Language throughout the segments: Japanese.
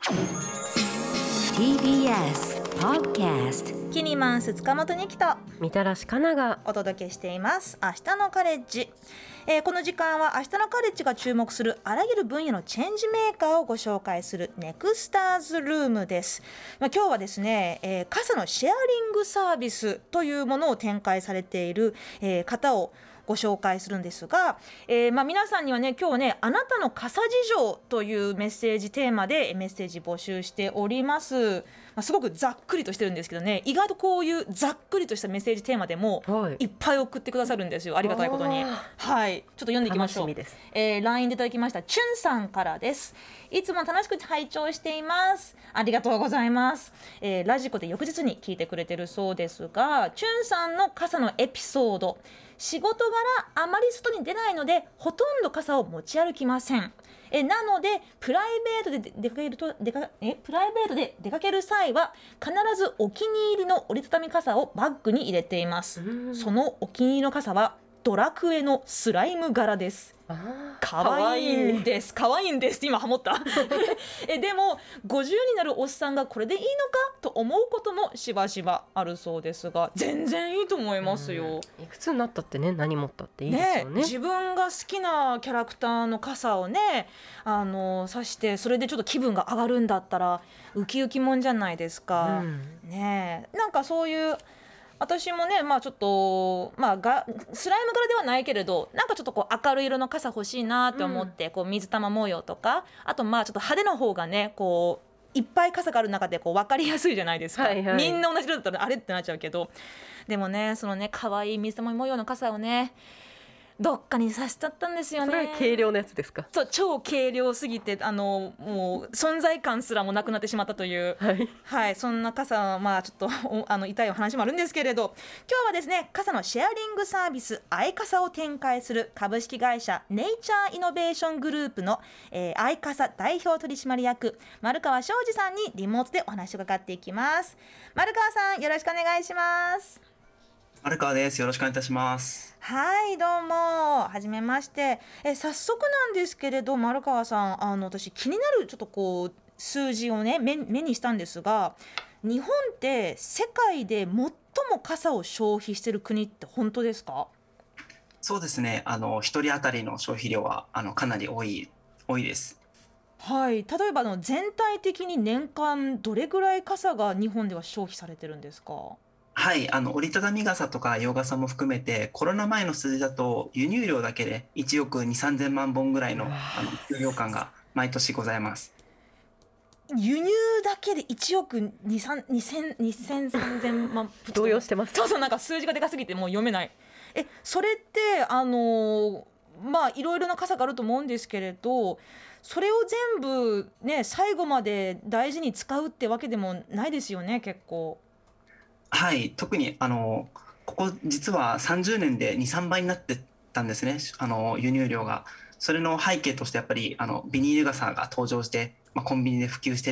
TBS Podcast キニマンス塚本にきとみたらしかながお届けしています明日のカレッジ、この時間は明日のカレッジが注目するあらゆる分野のチェンジメーカーをご紹介するネクスターズルームです。今日はですね、傘のシェアリングサービスというものを展開されている、方をご紹介するんですが、皆さんにはね今日ねあなたの傘事情というメッセージテーマでメッセージ募集しております。すごくざっくりとしてるんですけどね、意外とこういうざっくりとしたメッセージテーマでもいっぱい送ってくださるんですよ。ありがたいことに。はい、ちょっと読んでいきましょう。 楽しみです。 LINE でいただきましたチュンさんからです。いつも楽しく拝聴しています。ありがとうございます。ラジコで翌日に聞いてくれてるそうですが、チュンさんの傘のエピソード、仕事柄あまり外に出ないのでほとんど傘を持ち歩きません。なのでプライベートで出かける際は必ずお気に入りの折りたたみ傘をバッグに入れています。そのお気に入りの傘はドラクエのスライム柄です。かわいいんですって今ハモったでも50になるおっさんがこれでいいのかと思うこともしばしばあるそうですが、全然いいと思いますよ。 いくつになったってね、何持ったっていいですよね。 自分が好きなキャラクターの傘をね差して、それでちょっと気分が上がるんだったらウキウキもんじゃないですか、ね。なんかそういう私もね、ちょっと、スライム柄ではないけれど、なんかちょっとこう明るい色の傘欲しいなって思って、こう水玉模様とか、あとちょっと派手な方がね、こういっぱい傘がある中でこう分かりやすいじゃないですか、みんな同じ色だったらあれってなっちゃうけど、でもねそのね可愛い水玉模様の傘をねどっかに刺しちゃったんですよね。 それは軽量のやつですか？ そう、超軽量すぎてもう存在感すらもなくなってしまったという、そんな傘はちょっと痛いお話もあるんですけれど、今日はですね傘のシェアリングサービスアイカサを展開する株式会社ネイチャーイノベーショングループの、アイカサ代表取締役丸川昌司さんにリモートでお話を伺っていきます。丸川さん、よろしくお願いします。 丸川です。よろしくお願いいたします。 はい、どうもはじめまして。早速なんですけれど丸川さん、私気になるちょっとこう数字をね 目にしたんですが、日本って世界で最も傘を消費している国って本当ですか？ そうですね。一人当たりの消費量はかなり多いです。 はい、例えば全体的に年間どれぐらい傘が日本では消費されてるんですか？ はい、折りたたみ傘とか洋傘も含めてコロナ前の数字だと輸入量だけで1億2、3000万本ぐらいの輸量感が毎年ございます。 輸入だけで1億2000、3000万動揺してます。 そうなんか数字がでかすぎてもう読めない。それっていろいろな傘があると思うんですけれど、それを全部ね最後まで大事に使うってわけでもないですよね、結構。 はい、特にここ実は30年で2、3倍になってたんですね。輸入量が。それの背景としてやっぱりビニール傘が登場して、コンビニで普及してって、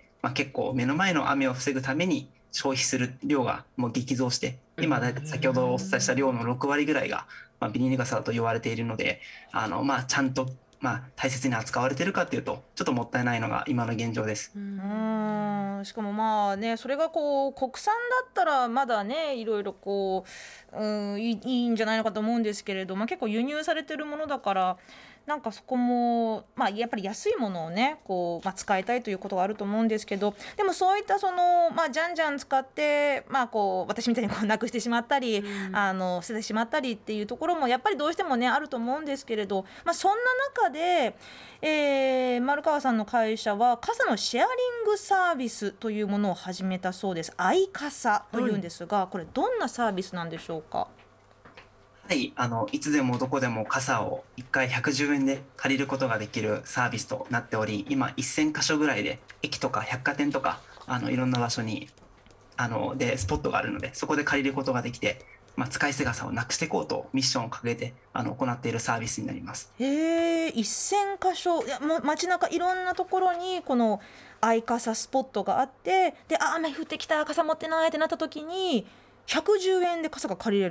結構目の前の雨を防ぐために消費する量がもう激増して、今だいたい先ほどお伝えした量の6割ぐらいが、ビニール傘だと言われているので、ちゃんと大切に扱われているかっていうとちょっともったいないのが今の現状です。 しかもそれがこう国産だったらまだねいろいろこう、いいんじゃないのかと思うんですけれど、結構輸入されてるものだからなんかそこも、やっぱり安いものをねこう、使いたいということがあると思うんですけど、でもそういったじゃんじゃん使ってこう私みたいにこうなくしてしまったり、捨ててしまったりっていうところもやっぱりどうしてもねあると思うんですけれど、そんな中で、丸川さんの会社は傘のシェアリングサービスというものを始めたそうです。アイカサというんですが、これどんなサービスなんでしょうか？ はい、いつでもどこでも傘を1回110円で借りることができるサービスとなっており、今1000箇所ぐらいで駅とか百貨店とかいろんな場所にでスポットがあるので、そこで借りることができて、使い捨て傘をなくしていこうとミッションを掲げて行っているサービスになります。 1000箇所、いやもう街中いろんなところにこのアイカサスポットがあって、で雨降ってきた傘持ってないってなった時に110円で傘が借りれる。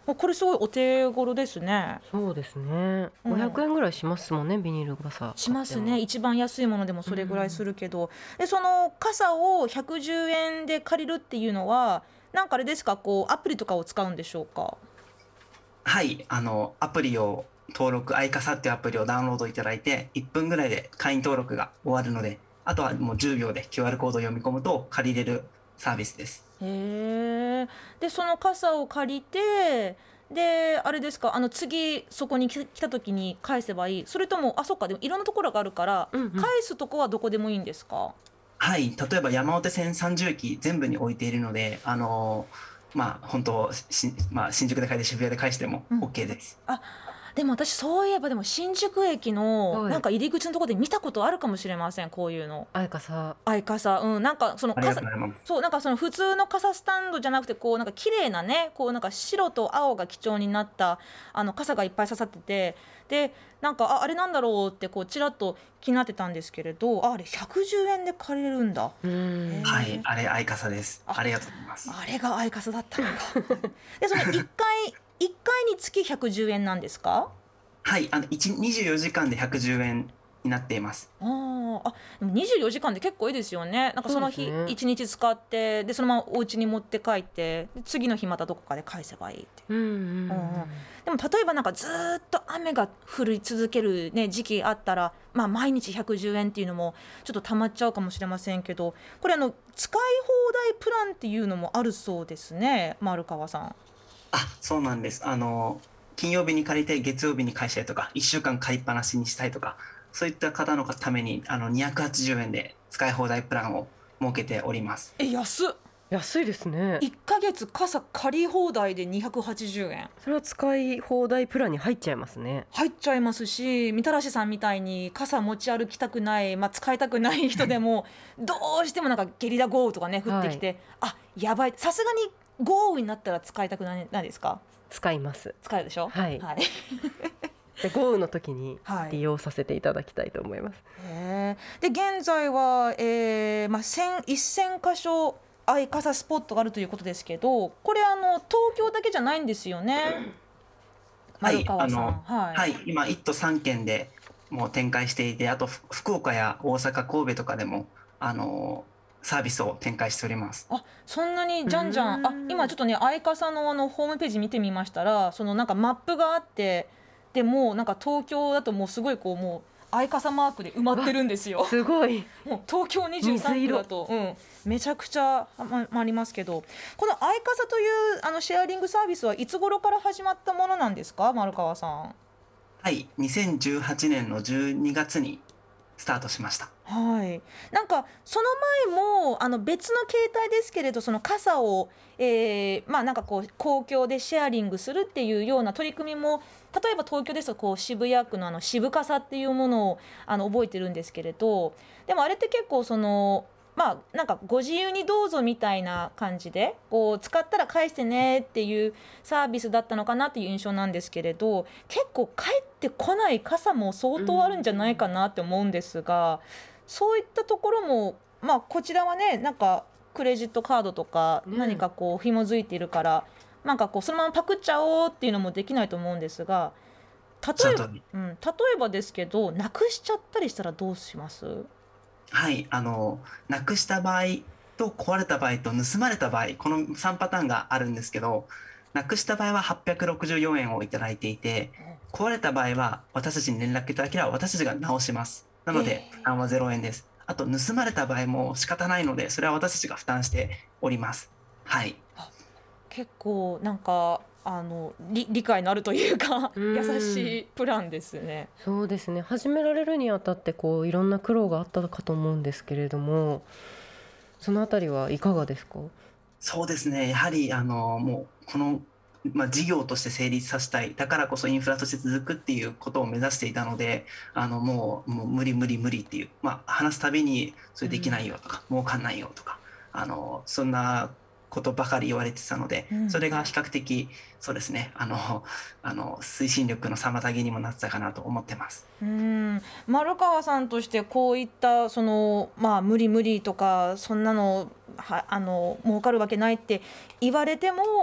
これすごいお手頃ですね。 そうですね。500円ぐらいしますもんね、ビニール傘。 しますね。一番安いものでもそれぐらいするけど、でその傘を110円で借りるっていうのはなんかあれですか、こうアプリとかを使うんでしょうか？ はい、アプリを登録、アイカサっていうアプリをダウンロードいただいて、1分ぐらいで会員登録が終わるので、あとはもう10秒で QR コードを読み込むと借りれるサービスです。 へえ。でその傘を借りて、であれですか、次そこに来た時に返せばいい、それともそっか、でもいろんなところがあるから、返すとこはどこでもいいんですか？ はい、例えば山手線30駅全部に置いているので、本当新宿で返して渋谷で返しても OK です。 でも私そういえばでも新宿駅のはいなんか入り口のところで見たことあるかもしれません、こういうの。 あいかさ。 傘、なんかそのありがと傘、 うございます。 そうなんかその普通の傘スタンドじゃなくて、こうなんか綺麗なね、こうなんか白と青が基調になった傘がいっぱい刺さってて、でなんかあれなんだろうってこうちらっと気になってたんですけれど、あれ110円で借りれるんだ。へーはい、あれアイカサです。ありがとうございます。 あれが相傘だったのか。でその1回につき110円なんですか？ はい、24時間で110円になっています。 でも24時間で結構いいですよね。なんかその日そうですね 1日使って、でそのままお家に持って帰って、で次の日またどこかで返せばいいって。でも例えばなんかずーっと雨が降り続ける、ね、時期あったら、毎日110円っていうのもちょっと溜まっちゃうかもしれませんけど、これ使い放題プランっていうのもあるそうですね、丸川さん。 そうなんです。金曜日に借りて月曜日に返したりとか、1週間借りっぱなしにしたいとか、そういった方のために280円で使い放題プランを設けております。 安っ。 安いですね。 1ヶ月傘借り放題で280円それは使い放題プランに入っちゃいますね。 入っちゃいますし、みたらしさんみたいに傘持ち歩きたくない、使いたくない人でもどうしてもなんかゲリラ豪雨とかね降ってきて、やばい、さすがに豪雨になったら使いたくないですか？ 使います。 使えるでしょ。 はいで豪雨の時にはい利用させていただきたいと思います。 で現在は、1000箇所相傘スポットがあるということですけど、これ東京だけじゃないんですよね、丸川さん。 今1都3県でもう展開していて、あと福岡や大阪、神戸とかでもサービスを展開しております。 そんなにじゃんじゃん。今ちょっとね相傘のホームページ見てみましたら、そのなんかマップがあって、でもうなんか東京だともうすごいこうもう相傘マークで埋まってるんですよ。 すごい。 もう東京23区だと、めちゃくちゃありますけど、この相傘というシェアリングサービスはいつ頃から始まったものなんですか、丸川さん。 はい、2018年の12月にスタートしました。 なんかその前も別の形態ですけれど、その傘を、なんかこう公共でシェアリングするっていうような取り組みも、例えば東京ですとこう渋谷区の渋傘っていうものを覚えてるんですけれど、でもあれって結構そのなんかご自由にどうぞみたいな感じで、こう使ったら返してねっていうサービスだったのかなっていう印象なんですけれど、結構返ってこない傘も相当あるんじゃないかなって思うんですが、そういったところもこちらはね、なんかクレジットカードとか何かこう紐づいているから、なんかこうそのままパクっちゃおうっていうのもできないと思うんですが、例えばですけどなくしちゃったりしたらどうします？ はい、なくした場合と壊れた場合と盗まれた場合、この3パターンがあるんですけど、なくした場合は864円をいただいていて、壊れた場合は私たちに連絡いただければ私たちが直します。なので負担は0円です。あと盗まれた場合も仕方ないので、それは私たちが負担しております。 結構なんか理解のあるというか優しいプランですね。 そうですね。始められるにあたってこういろんな苦労があったかと思うんですけれども、そのあたりはいかがですか？ そうですね。やはりもうこの事業として成立させたい、だからこそインフラとして続くっていうことを目指していたので、もう無理っていう、話すたびにそれできないよとか、儲かんないよとか、そんなことばかり言われてたので、それが比較的そうですね、推進力の妨げにもなってたかなと思ってます。 丸川さんとしてこういったその無理とかそんなの儲かるわけないって言われても、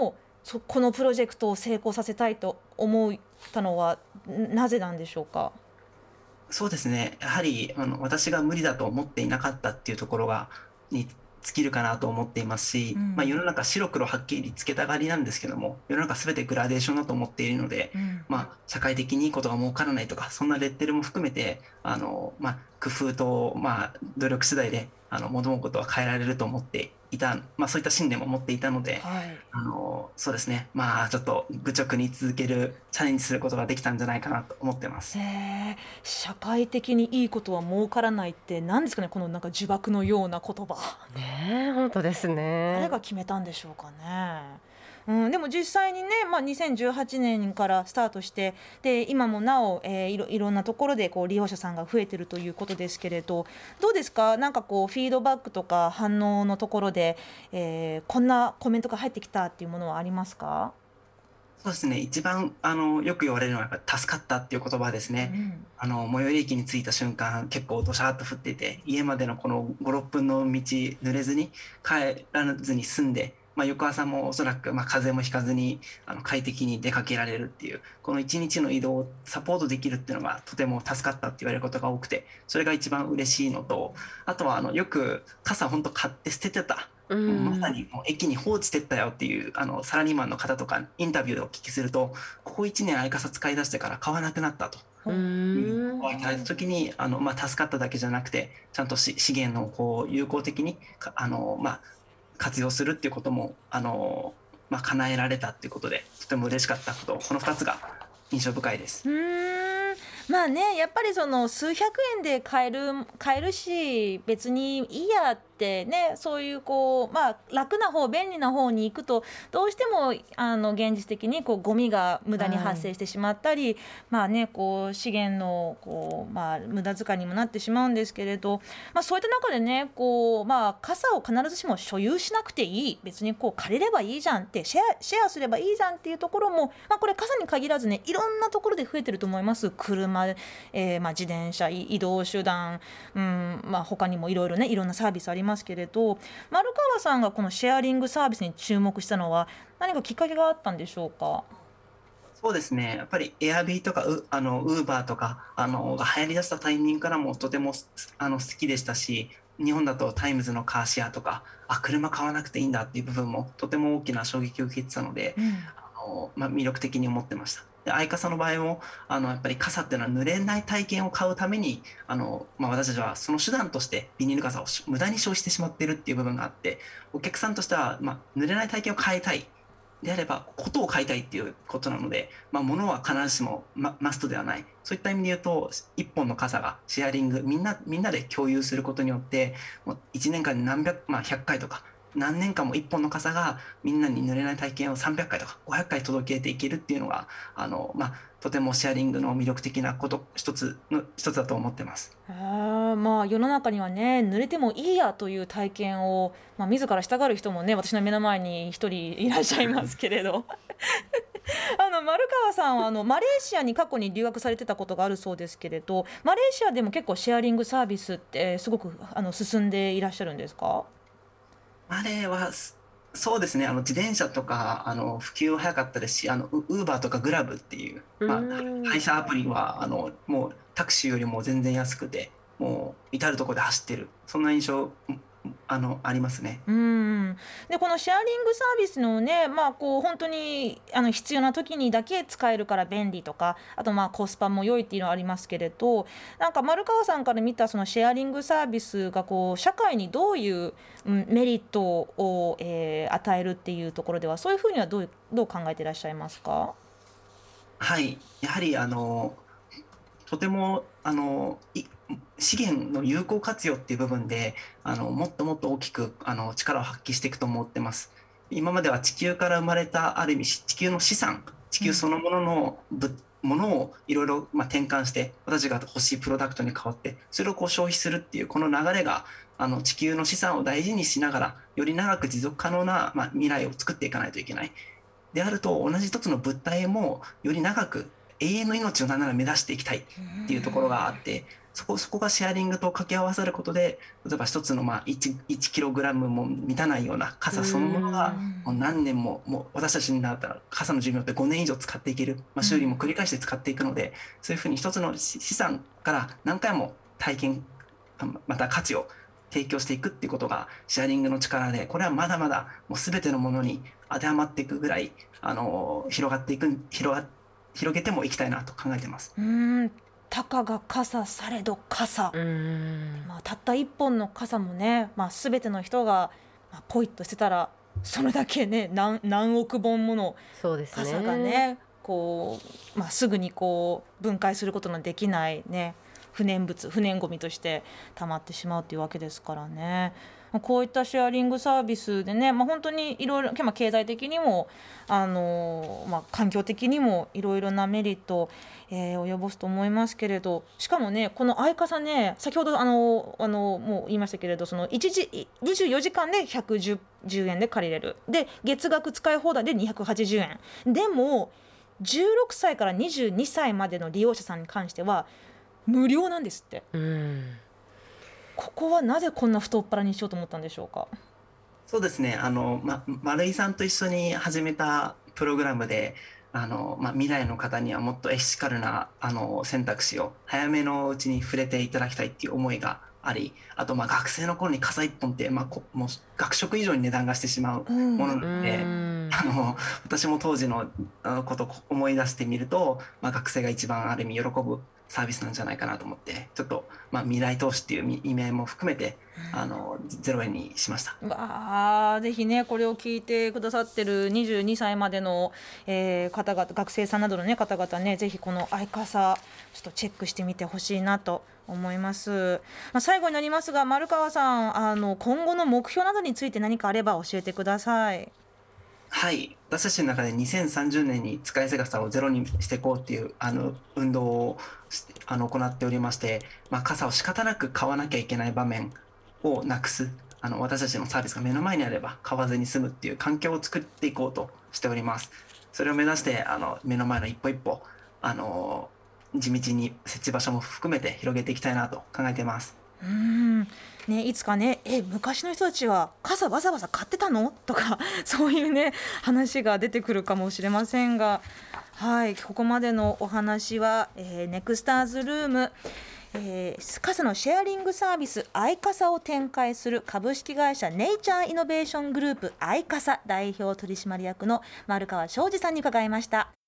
このプロジェクトを成功させたいと思ったのはなぜなんでしょうか？ そうですね。やはり、私が無理だと思っていなかったっていうところに尽きるかなと思っていますし、世の中白黒はっきりつけたがりなんですけども、世の中すべてグラデーションだと思っているので、社会的にいいことが儲からないとか、そんなレッテルも含めて、工夫と、努力次第で、物事は変えられると思っていた、そういった信念も持っていたので、 はい。 そうですね。ちょっと愚直に続ける、チャレンジすることができたんじゃないかなと思ってます。 社会的にいいことは儲からないって何ですかね、このなんか呪縛のような言葉。 ねえ、本当です誰ね。 が決めたんでしょうかね。でも実際にね、2018年からスタートして、で今もなお、いろんなところでこう利用者さんが増えてるということですけれど、どうですか、なんかこうフィードバックとか反応のところで、こんなコメントが入ってきたっていうものはありますか？ そうですね。一番、よく言われるのは、やっぱり助かったっていう言葉ですね。 うん。 最寄り駅に着いた瞬間、結構ドシャーっと降っていて、家までのこの5、6分の道、濡れずに、帰らずに済んで、翌朝もおそらく、風邪もひかずに、快適に出かけられるっていう、この一日の移動をサポートできるっていうのが、とても助かったって言われることが多くて、それが一番嬉しいのと、あとは、よく傘本当買って捨ててた。 うもうまさん。 にもう駅に放置してったよっていうサラリーマンの方とかインタビューをお聞きすると、ここ1年相傘使い出してから買わなくなったとういうん。 お会いいただいた時に助かっただけじゃなくて、ちゃんと資源のこう有効的に活用するっていうことも叶えられたっていうことで、とても嬉しかったこと、この2つが印象深いです。 まあね、やっぱりその数百円で買えるし、別にいいやってね、そういうこう、楽な方、便利な方に行くと、どうしても現実的にこうゴミが無駄にはい。 発生してしまったり、こう資源のこう、無駄遣いにもなってしまうんですけれど、そういった中でね、こう、傘を必ずしも所有しなくていい、別にこう借りればいいじゃんって、シェアすればいいじゃんっていうところも、これ傘に限らずね、いろんなところで増えてると思います。車、自転車、移動手段、他にもいろいろね、いろんなサービスありますけれど、丸川さんがこのシェアリングサービスに注目したのは何かきっかけがあったんでしょうか？ そうですね。やっぱりエアビーとかウーバーとかが流行りだしたタイミングからもとても好きでしたし、日本だとタイムズのカーシェアとか、車買わなくていいんだっていう部分もとても大きな衝撃を受けてたので、 うん。 魅力的に思ってました。で、相傘の場合もやっぱり傘っていうのは濡れない体験を買うために私たちはその手段としてビニール傘を無駄に消費してしまっているっていう部分があって、お客さんとしては、濡れない体験を買いたいであればことを買いたいっていうことなので、物は必ずしも、マストではない、そういった意味で言うと、一本の傘がシェアリング、みんなで共有することによって、もう1年間に何百、100回とか何年間も一本の傘がみんなに濡れない体験を300回とか500回届けていけるっていうのがとてもシェアリングの魅力的なこと一つだと思ってます。 世の中にはね、濡れてもいいやという体験を、自らしたがる人もね、私の目の前に一人いらっしゃいますけれど丸川さんはマレーシアに過去に留学されてたことがあるそうですけれど、マレーシアでも結構シェアリングサービスってすごく進んでいらっしゃるんですか？ あれはそうですね。自転車とか普及は早かったですし、ウーバーとかグラブっていう、 う配ん。 車アプリはもうタクシーよりも全然安くて、もう至るところで走ってる、そんな印象ありますね。 うーん。で、このシェアリングサービスのね、こう本当に必要な時にだけ使えるから便利とか、あとコスパも良いっていうのはありますけれど、なんか丸川さんから見たそのシェアリングサービスがこう社会にどういう、メリットを、与えるっていうところでは、そういうふうにはどう考えていらっしゃいますか？ はい。やはりとても資源の有効活用っていう部分でもっともっと大きく力を発揮していくと思ってます。今までは地球から生まれたある意味地球の資産、地うん。 球そのもののものをいろいろ転換して私たちが欲しいプロダクトに変わって、それをこう消費するっていうこの流れが地球の資産を大事にしながらより長く持続可能な、未来を作っていかないといけない。であると、同じ一つの物体もより長く永遠の命をなんなら目指していきたいっていうところがあって、 そこがシェアリングと掛け合わさることで、例えば一つの1キログラムも満たないような傘そのものがもう何年も、もう私たちになったら傘の寿命って5年以上使っていける、修理も繰り返して使っていくので、そういうふうに一つの資産から何回も体験また価値を提供していくっていうことがシェアリングの力で、これはまだまだもう全てのものに当てはまっていくぐらい広げてもいきたいなと考えてます。 たかが傘されど傘、たった一本の傘もね、全ての人がポイッとしてたらそれだけね、何億本もの傘がね、こう、すぐにこう分解することのできないね、不燃ごみとして溜まってしまうというわけですからね。こういったシェアリングサービスでね、本当にいろいろ経済的にも環境的にもいろいろなメリットを、及ぼすと思いますけれど、しかもね、このアイカサね、先ほどもう言いましたけれど、その24時間で110円で借りれる、で月額使い放題で280円でも16歳から22歳までの利用者さんに関しては無料なんですって。ここはなぜこんな太っ腹にしようと思ったんでしょうか。 そうですね、丸井さんと一緒に始めたプログラムで未来の方にはもっとエシカルな選択肢を早めのうちに触れていただきたいっていう思いがあり、あと学生の頃に傘1本って、もう学食以上に値段がしてしまうものなので、私も当時のことを思い出してみると、学生が一番ある意味喜ぶサービスなんじゃないかなと思って、ちょっと未来投資っていう意味合いも含めて0円にしました。 ぜひね、これを聞いてくださってる22歳までの、方々、学生さんなどの、方々ね、ぜひこのアイカサちょっとチェックしてみてほしいなと思います。最後になりますが、丸川さん、今後の目標などについて何かあれば教えてください。 はい、私たちの中で2030年に使い捨て傘をゼロにしていこうっていう運動を行っておりまして、傘を仕方なく買わなきゃいけない場面をなくす、私たちのサービスが目の前にあれば買わずに済むっていう環境を作っていこうとしております。それを目指して目の前の一歩一歩地道に設置場所も含めて広げていきたいなと考えています。 いつかね、昔の人たちは傘わざわざ買ってたのとかそういうね話が出てくるかもしれませんが、ここまでのお話は、ネクスターズルーム、傘のシェアリングサービスアイカサを展開する株式会社ネイチャーイノベーショングループアイカサ代表取締役の丸川翔司さんに伺いました。